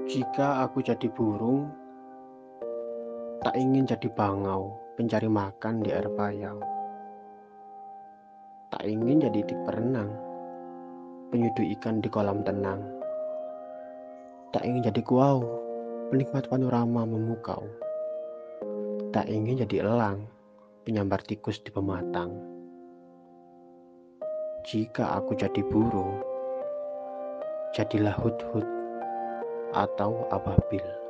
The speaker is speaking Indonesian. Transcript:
Jika aku jadi burung, tak ingin jadi bangau, pencari makan di air payau. Tak ingin jadi itik perenang, penyeduh ikan di kolam tenang. Tak ingin jadi kuau, penikmat panorama memukau. Tak ingin jadi elang, penyambar tikus di pematang. Jika aku jadi burung, jadilah hut-hut atau ababil.